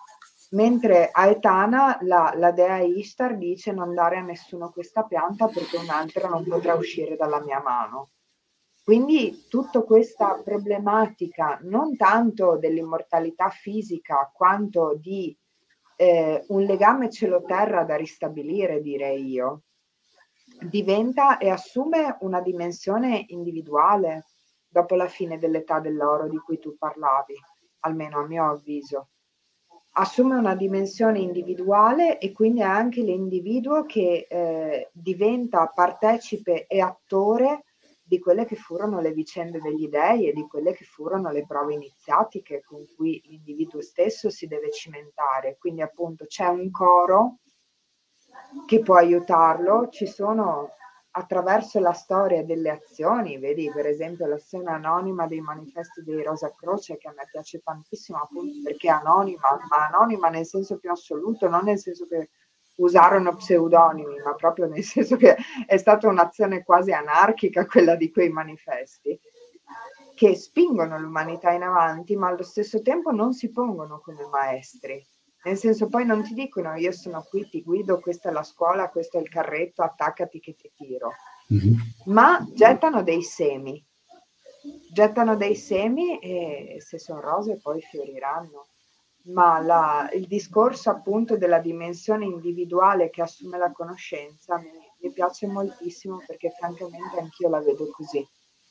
Mentre a Etana la, la dea Ishtar dice non dare a nessuno questa pianta perché un altro non potrà uscire dalla mia mano. Quindi tutta questa problematica non tanto dell'immortalità fisica quanto di eh, un legame cielo-terra da ristabilire, direi io, diventa e assume una dimensione individuale dopo la fine dell'età dell'oro di cui tu parlavi, almeno a mio avviso. Assume una dimensione individuale e quindi è anche l'individuo che eh, diventa partecipe e attore di quelle che furono le vicende degli dei e di quelle che furono le prove iniziatiche con cui l'individuo stesso si deve cimentare. Quindi appunto c'è un coro che può aiutarlo, ci sono attraverso la storia delle azioni, vedi per esempio l'azione anonima dei manifesti dei Rosa Croce che a me piace tantissimo appunto perché è anonima, ma anonima nel senso più assoluto, non nel senso che usarono pseudonimi, ma proprio nel senso che è stata un'azione quasi anarchica quella di quei manifesti, che spingono l'umanità in avanti, ma allo stesso tempo non si pongono come maestri. Nel senso, poi non ti dicono io sono qui, ti guido, questa è la scuola, questo è il carretto, attaccati che ti tiro. Mhm. Ma gettano dei semi. Gettano dei semi e se sono rose poi fioriranno. Ma la, il discorso appunto della dimensione individuale che assume la conoscenza mi, mi piace moltissimo perché francamente anch'io la vedo così.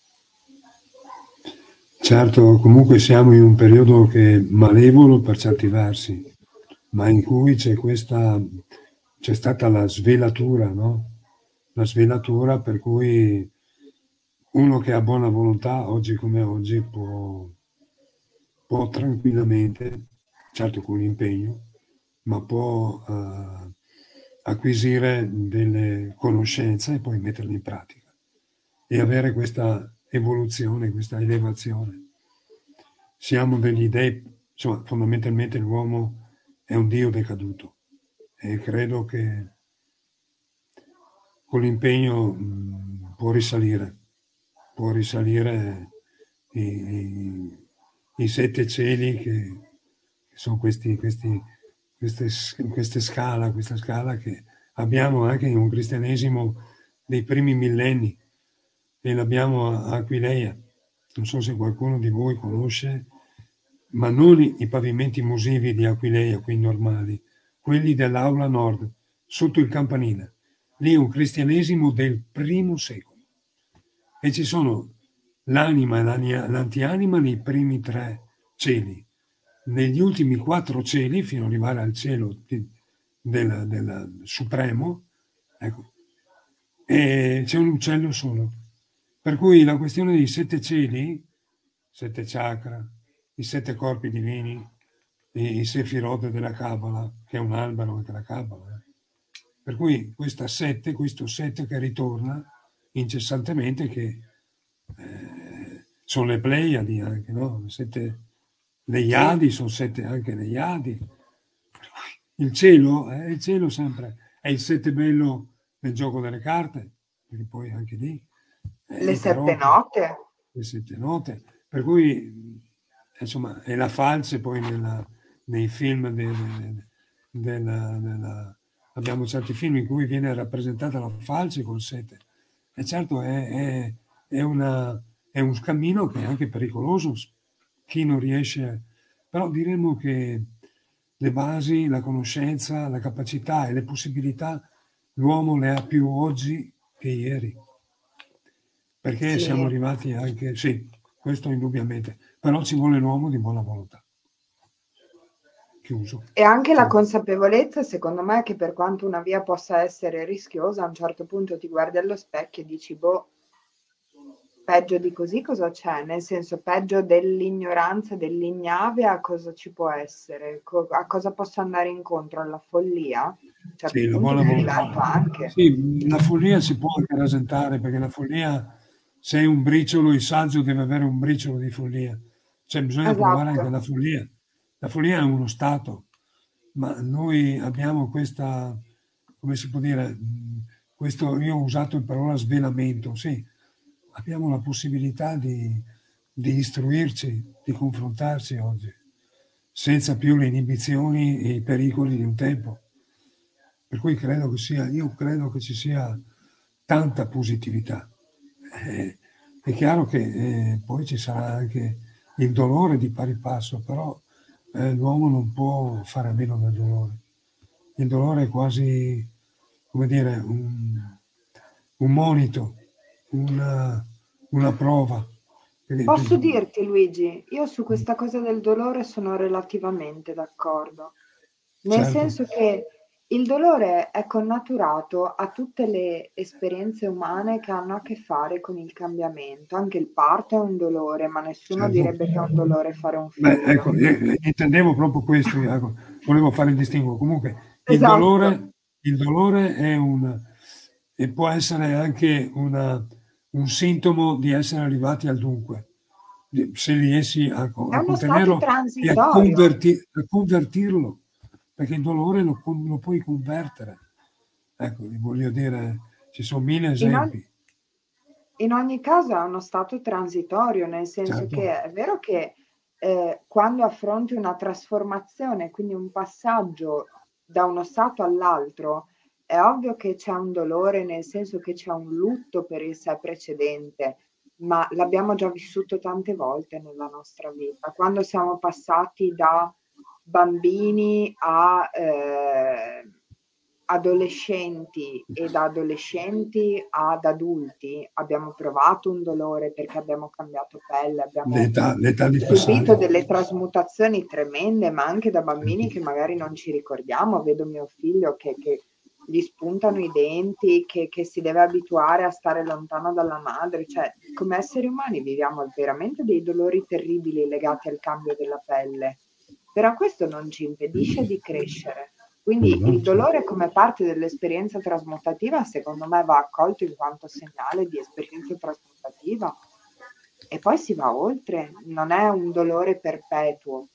Certo, comunque siamo in un periodo che è malevolo per certi versi, ma in cui c'è questa, c'è stata la svelatura, no? La svelatura per cui uno che ha buona volontà, oggi come oggi, può, può tranquillamente, certo con impegno, ma può eh, acquisire delle conoscenze e poi metterle in pratica e avere questa evoluzione, questa elevazione. Siamo degli dei, insomma, fondamentalmente l'uomo è un dio decaduto e credo che con l'impegno mh, può risalire, può risalire i, i, i sette cieli che, che sono questi, questi, queste, queste scala, questa scala che abbiamo anche in un cristianesimo dei primi millenni e l'abbiamo a Aquileia. Non so se qualcuno di voi conosce, ma non i pavimenti musivi di Aquileia, quelli normali, quelli dell'Aula Nord, sotto il campanile. Lì è un cristianesimo del primo secolo. E ci sono l'anima e l'antianima nei primi tre cieli. Negli ultimi quattro cieli, fino ad arrivare al cielo del, del supremo, ecco, e c'è un uccello solo. Per cui la questione dei sette cieli, sette chakra, i sette corpi divini, i, i sefirot della Kabbalah, che è un albero anche la Kabbalah. Eh. Per cui questa sette, questo sette che ritorna incessantemente, che eh, sono le Pleiadi anche, no? Le sette, le Iadi sono sette anche le Iadi. Il cielo, eh, il cielo sempre è il sette bello del gioco delle carte, perché poi anche lì eh, Le sette note. Le sette note, per cui insomma è la falce poi nella, nei film del, della, della, abbiamo certi film in cui viene rappresentata la falce col sette e certo è, è, è, una, è un cammino che è anche pericoloso chi non riesce, però diremmo che le basi, la conoscenza, la capacità e le possibilità l'uomo le ha più oggi che ieri, perché Sì. siamo arrivati anche, sì, questo indubbiamente, però ci vuole l'uomo di buona volontà. Chiuso. E anche la Sì. consapevolezza, secondo me, che per quanto una via possa essere rischiosa, a un certo punto ti guardi allo specchio e dici, boh, peggio di così cosa c'è? Nel senso, peggio dell'ignoranza, dell'ignavia, cosa ci può essere? Co- a cosa posso andare incontro? Alla follia? A un certo Sì, la punto buona mi volontà. diverto anche. Sì, la follia si può anche rasentare, perché la follia, se è un briciolo, il saggio deve avere un briciolo di follia. Cioè bisogna provare anche Esatto. la follia. La follia è uno stato, ma noi abbiamo questa, come si può dire, questo, io ho usato la parola svelamento, sì, abbiamo la possibilità di, di istruirci, di confrontarci oggi. senza più le inibizioni e i pericoli di un tempo. Per cui credo che sia, io credo che ci sia tanta positività. Eh, è chiaro che eh, poi ci sarà anche il dolore di pari passo, però eh, l'uomo non può fare a meno del dolore. Il dolore è quasi, come dire, un, un monito, una, una prova. Posso dirti, Luigi, io su questa cosa del dolore sono relativamente d'accordo, nel Certo. senso che il dolore è connaturato a tutte le esperienze umane che hanno a che fare con il cambiamento. Anche il parto è un dolore, ma nessuno Certo. direbbe che è un dolore fare un Beh, figlio. ecco, eh, intendevo proprio questo, ecco, volevo fare il distinguo. Comunque, il Esatto. dolore, il dolore è un, e può essere anche una, un sintomo di essere arrivati al dunque, Di- se riesci a, co- È a uno stato contenerlo e a, transitorio. converti- a convertirlo, perché il dolore lo, con- lo puoi convertere. Ecco, vi voglio dire, ci sono mille In, ogni, esempi. in ogni caso è uno stato transitorio, nel senso Certo. che è vero che eh, quando affronti una trasformazione, quindi un passaggio da uno stato all'altro, è ovvio che c'è un dolore, nel senso che c'è un lutto per il sé precedente, ma l'abbiamo già vissuto tante volte nella nostra vita. Quando siamo passati da bambini a eh, adolescenti e da adolescenti ad adulti abbiamo provato un dolore perché abbiamo cambiato pelle, abbiamo L'età, l'età di subito passaggio. delle trasmutazioni tremende, ma anche da bambini che magari non ci ricordiamo. Vedo mio figlio che, che gli spuntano i denti, che, che si deve abituare a stare lontano dalla madre. Cioè, come esseri umani viviamo veramente dei dolori terribili legati al cambio della pelle, però questo non ci impedisce di crescere. Quindi No, il no, dolore come parte dell'esperienza trasmutativa secondo me va accolto in quanto segnale di esperienza trasmutativa e poi si va oltre, non è un dolore perpetuo.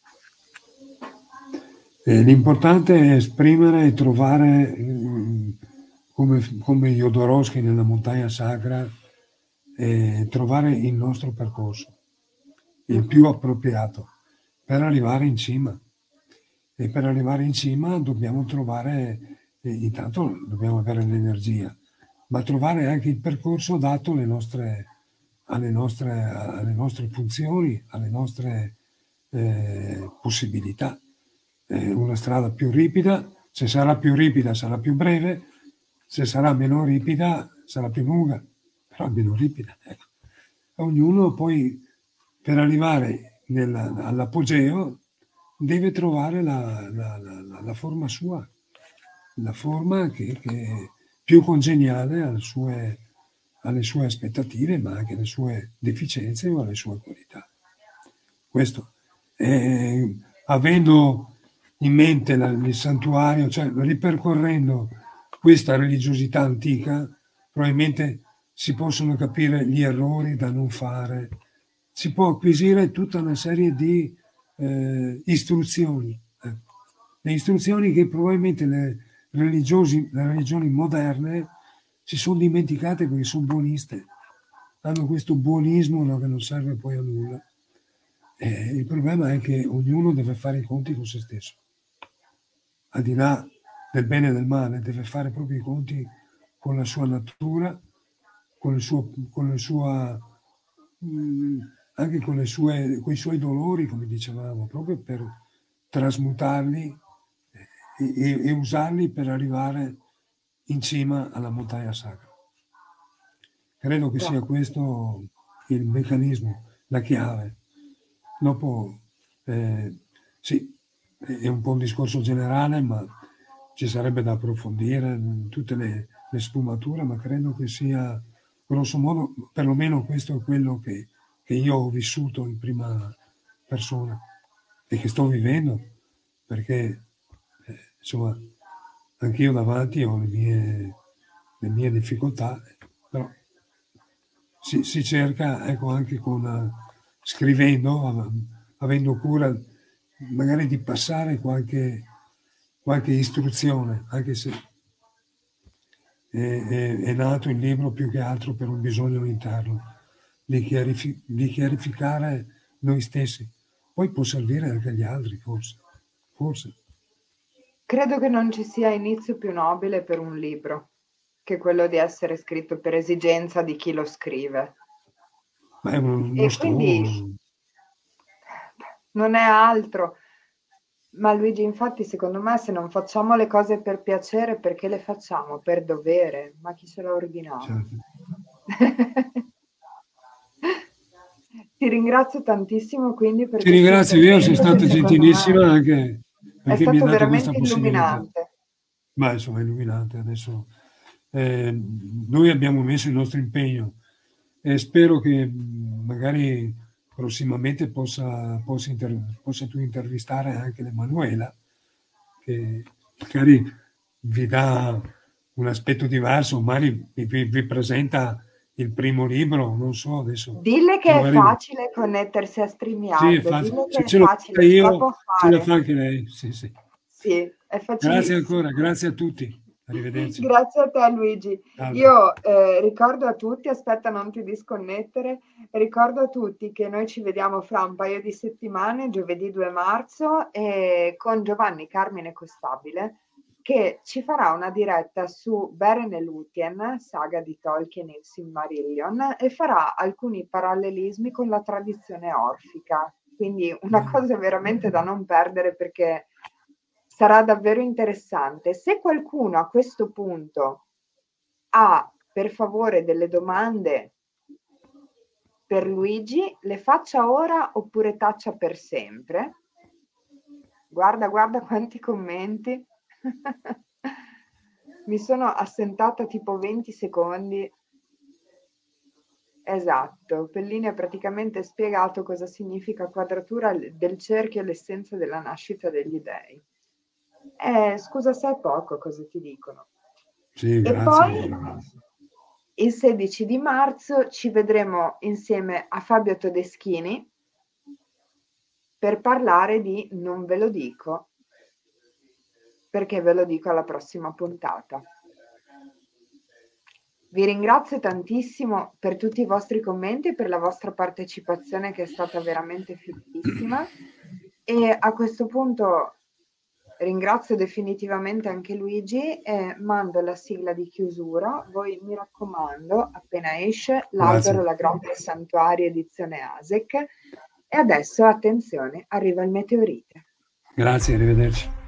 Eh, l'importante è esprimere e trovare, mm, come, come Jodorowsky nella montagna sacra, eh, trovare il nostro percorso, il Mm-mm. più appropriato per arrivare in cima. E per arrivare in cima dobbiamo trovare, eh, intanto dobbiamo avere l'energia, ma trovare anche il percorso adatto alle nostre, alle nostre, alle nostre funzioni, alle nostre eh, possibilità. Eh, una strada più ripida, se sarà più ripida sarà più breve, se sarà meno ripida sarà più lunga, però meno ripida. Ecco. Ognuno poi per arrivare nella, all'apogeo deve trovare la, la, la, la forma sua, la forma che, che è più congeniale alle sue, alle sue aspettative, ma anche alle sue deficienze o alle sue qualità. Questo, eh, avendo in mente la, il santuario, cioè ripercorrendo questa religiosità antica, probabilmente si possono capire gli errori da non fare, si può acquisire tutta una serie di eh, istruzioni, eh. le istruzioni che probabilmente le, religiosi, le religioni moderne si sono dimenticate perché sono buoniste, hanno questo buonismo, no, che non serve poi a nulla. Eh, il problema è che ognuno deve fare i conti con se stesso, al di là del bene e del male, deve fare proprio i conti con la sua natura, con il suo, con la sua, mh, anche con, le sue, con i suoi dolori, come dicevamo, proprio per trasmutarli e, e, e usarli per arrivare in cima alla montagna sacra. Credo che sia questo il meccanismo, la chiave. Dopo, eh, sì, è un po' un discorso generale, ma ci sarebbe da approfondire tutte le, le sfumature, ma credo che sia, grosso modo, perlomeno questo è quello che, che io ho vissuto in prima persona e che sto vivendo, perché, eh, insomma, anch'io davanti ho le mie, le mie difficoltà, però si, si cerca, ecco, anche con, scrivendo, avendo cura magari di passare qualche, qualche istruzione, anche se è, è, è nato il libro più che altro per un bisogno interno, di, chiarifi- di chiarificare noi stessi, poi può servire anche agli altri, forse. Forse. Credo che non ci sia inizio più nobile per un libro che quello di essere scritto per esigenza di chi lo scrive. Ma è uno, uno E stro- quindi non è altro. Ma Luigi, infatti, secondo me, se non facciamo le cose per piacere, perché le facciamo? Per dovere. Ma chi ce l'ha ordinato? certo. Ti ringrazio tantissimo quindi per Ti questo ringrazio io, sei intervento che stata secondo me gentilissima anche è perché mi hai stato dato questa veramente possibilità. illuminante. Ma insomma, illuminante adesso. Eh, noi abbiamo messo il nostro impegno e spero che mh, magari prossimamente possa, possa, inter- possa tu intervistare anche l'Emanuela, che magari vi dà un aspetto diverso, magari vi, vi- vi presenta il primo libro, non so, adesso Dille che è troveremo. facile connettersi a Sì, è StreamYard, facile. dille che Se è ce l'ho fatta facile, ce la io, può ce la fa fare. anche lei. Sì, sì. Sì, è Grazie facilissimo. ancora, grazie a tutti. Arrivederci. Grazie a te Luigi. Salve. Io eh, ricordo a tutti, aspetta non ti disconnettere, ricordo a tutti che noi ci vediamo fra un paio di settimane, giovedì due marzo, e con Giovanni Carmine Costabile, che ci farà una diretta su Beren e Lúthien, saga di Tolkien e il Silmarillion, e farà alcuni parallelismi con la tradizione orfica. Quindi una Bene. cosa veramente da non perdere perché sarà davvero interessante. Se qualcuno a questo punto ha per favore delle domande per Luigi, le faccia ora oppure taccia per sempre. Guarda, guarda quanti commenti. Mi sono assentata tipo venti secondi. Esatto, Pellini ha praticamente spiegato cosa significa quadratura del cerchio e l'essenza della nascita degli dei. Eh, scusa se è poco, cosa ti dicono? Sì, E grazie. poi il sedici di marzo ci vedremo insieme a Fabio Todeschini per parlare di Non ve lo dico, perché ve lo dico alla prossima puntata. Vi ringrazio tantissimo per tutti i vostri commenti e per la vostra partecipazione che è stata veramente fighissima. E a questo punto ringrazio definitivamente anche Luigi e mando la sigla di chiusura. Voi mi raccomando, appena esce L'albero, Grazie. la grotta e il santuario edizione ASEC. E adesso attenzione, arriva il meteorite. Grazie, arrivederci.